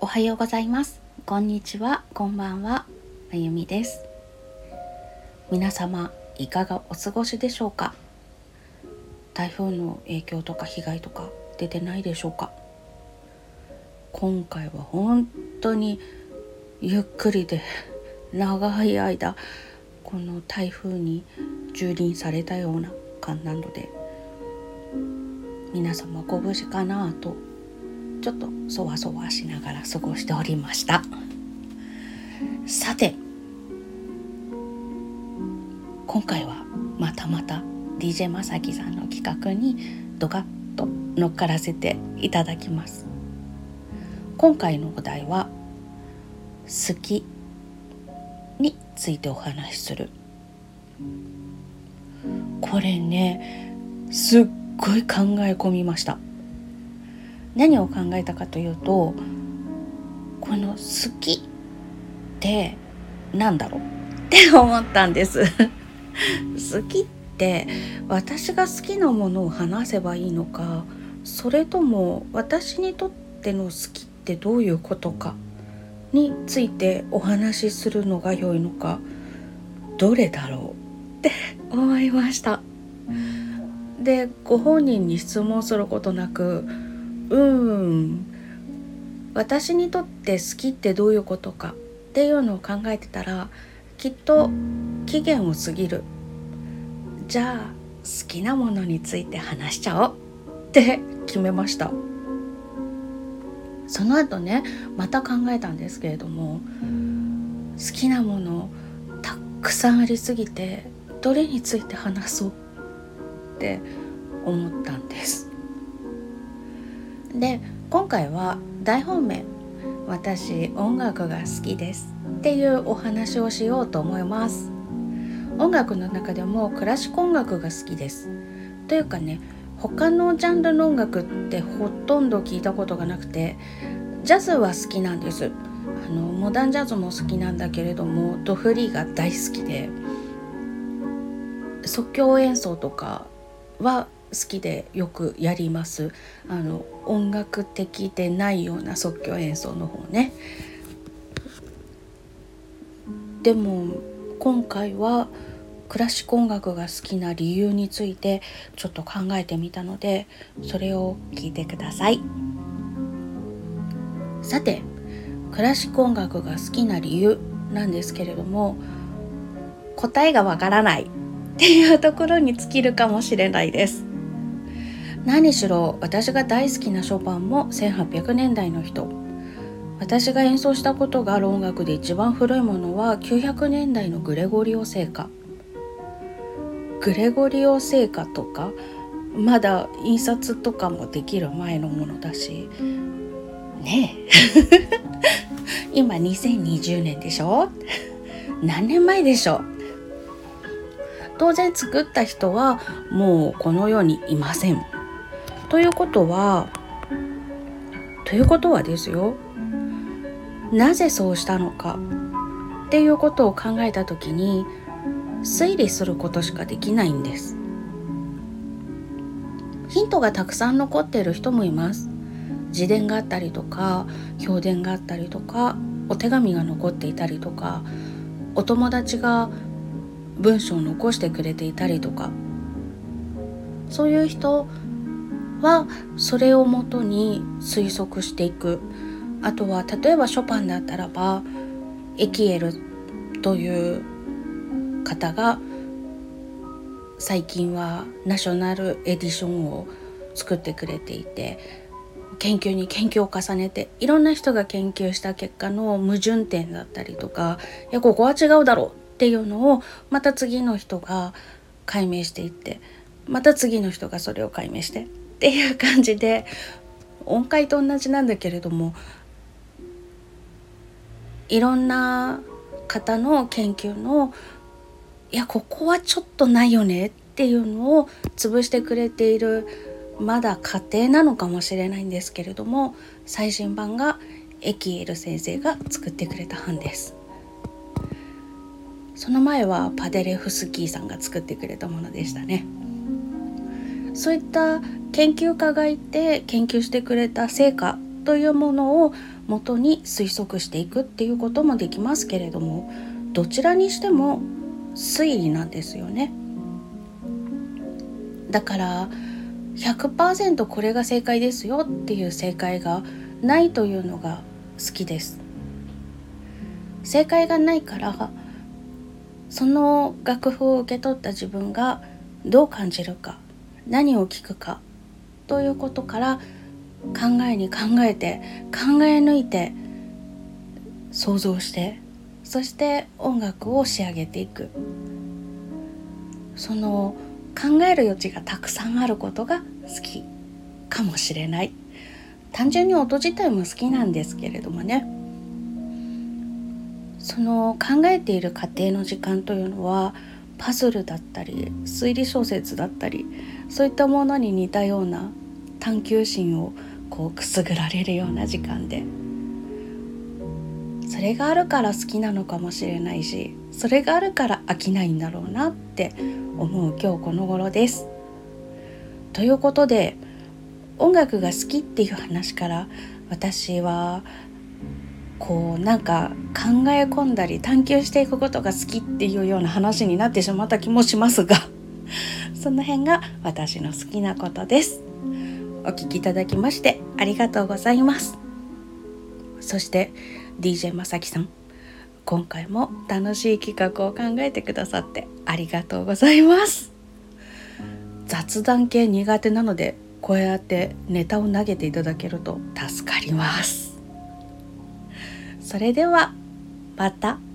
おはようございます。こんにちは、こんばんは。まゆみです。皆様いかがお過ごしでしょうか。台風の影響とか被害とか出てないでしょうか。今回は本当にゆっくりで長い間この台風に蹂躙されたような感じなので、皆様ご無事かなとちょっとそわそわしながら過ごしておりました。さて、今回はまた DJ まさきさんの企画にドカッと乗っからせていただきます。今回のお題は好きについてお話しする。これね、すっごい考え込みました。何を考えたかというと、この好きってなんだろうって思ったんです好きって私が好きなものを話せばいいのか、それとも私にとっての好きってどういうことかについてお話しするのが良いのか、どれだろうって思いました。で、ご本人に質問することなく、私にとって好きってどういうことかっていうのを考えてたら、きっと期限を過ぎる、じゃあ好きなものについて話しちゃおうって決めました。その後ね、また考えたんですけれども、好きなものたくさんありすぎてどれについて話そうって思ったんです。で、今回は大本命、私音楽が好きですっていうお話をしようと思います。音楽の中でもクラシック音楽が好きです。というかね、他のジャンルの音楽ってほとんど聞いたことがなくて、ジャズは好きなんです。モダンジャズも好きなんだけれども、ドフリーが大好きで、即興演奏とかは好きでよくやります。音楽的でないような即興演奏の方ね。でも今回はクラシック音楽が好きな理由についてちょっと考えてみたので、それを聞いてください。さて、クラシック音楽が好きな理由なんですけれども、答えがわからないっていうところに尽きるかもしれないです。何しろ私が大好きなショパンも1800年代の人。私が演奏したことがある音楽で一番古いものは900年代のグレゴリオ聖歌。グレゴリオ聖歌とかまだ印刷とかもできる前のものだしねえ今2020年でしょ。何年前でしょ。当然作った人はもうこの世にいません。ということはですよ、なぜそうしたのかっていうことを考えたときに推理することしかできないんです。ヒントがたくさん残っている人もいます。自伝があったりとか、評伝があったりとか、お手紙が残っていたりとか、お友達が文章を残してくれていたりとか、そういう人はそれをもとに推測していく。あとは例えばショパンだったらば、エキエルという方が最近はナショナルエディションを作ってくれていて、研究に研究を重ねて、いろんな人が研究した結果の矛盾点だったりとか、いやここは違うだろうっていうのをまた次の人が解明していって、また次の人がそれを解明してっていう感じで、音階と同じなんだけれども、いろんな方の研究の、いやここはちょっとないよねっていうのを潰してくれている、まだ過程なのかもしれないんですけれども、最新版がエキエル先生が作ってくれた版です。その前はパデレフスキーさんが作ってくれたものでしたね。そういった研究家がいて研究してくれた成果というものを元に推測していくっていうこともできますけれども、どちらにしても推理なんですよね。だから100% これが正解ですよっていう正解がないというのが好きです。正解がないから、その楽譜を受け取った自分がどう感じるか、何を聞くかということから考えに考えて考え抜いて想像して、そして音楽を仕上げていく。その考える余地がたくさんあることが好きかもしれない。単純に音自体も好きなんですけれどもね、その考えている過程の時間というのはパズルだったり推理小説だったり、そういったものに似たような探求心をくすぐられるような時間で、それがあるから好きなのかもしれないし、それがあるから飽きないんだろうなって思う今日この頃です。ということで、音楽が好きっていう話から私はなんか考え込んだり探求していくことが好きっていうような話になってしまった気もしますがその辺が私の好きなことです。お聞きいただきましてありがとうございます。そして DJ まさきさん、今回も楽しい企画を考えてくださってありがとうございます。雑談系苦手なので、こうやってネタを投げていただけると助かります。それではまた。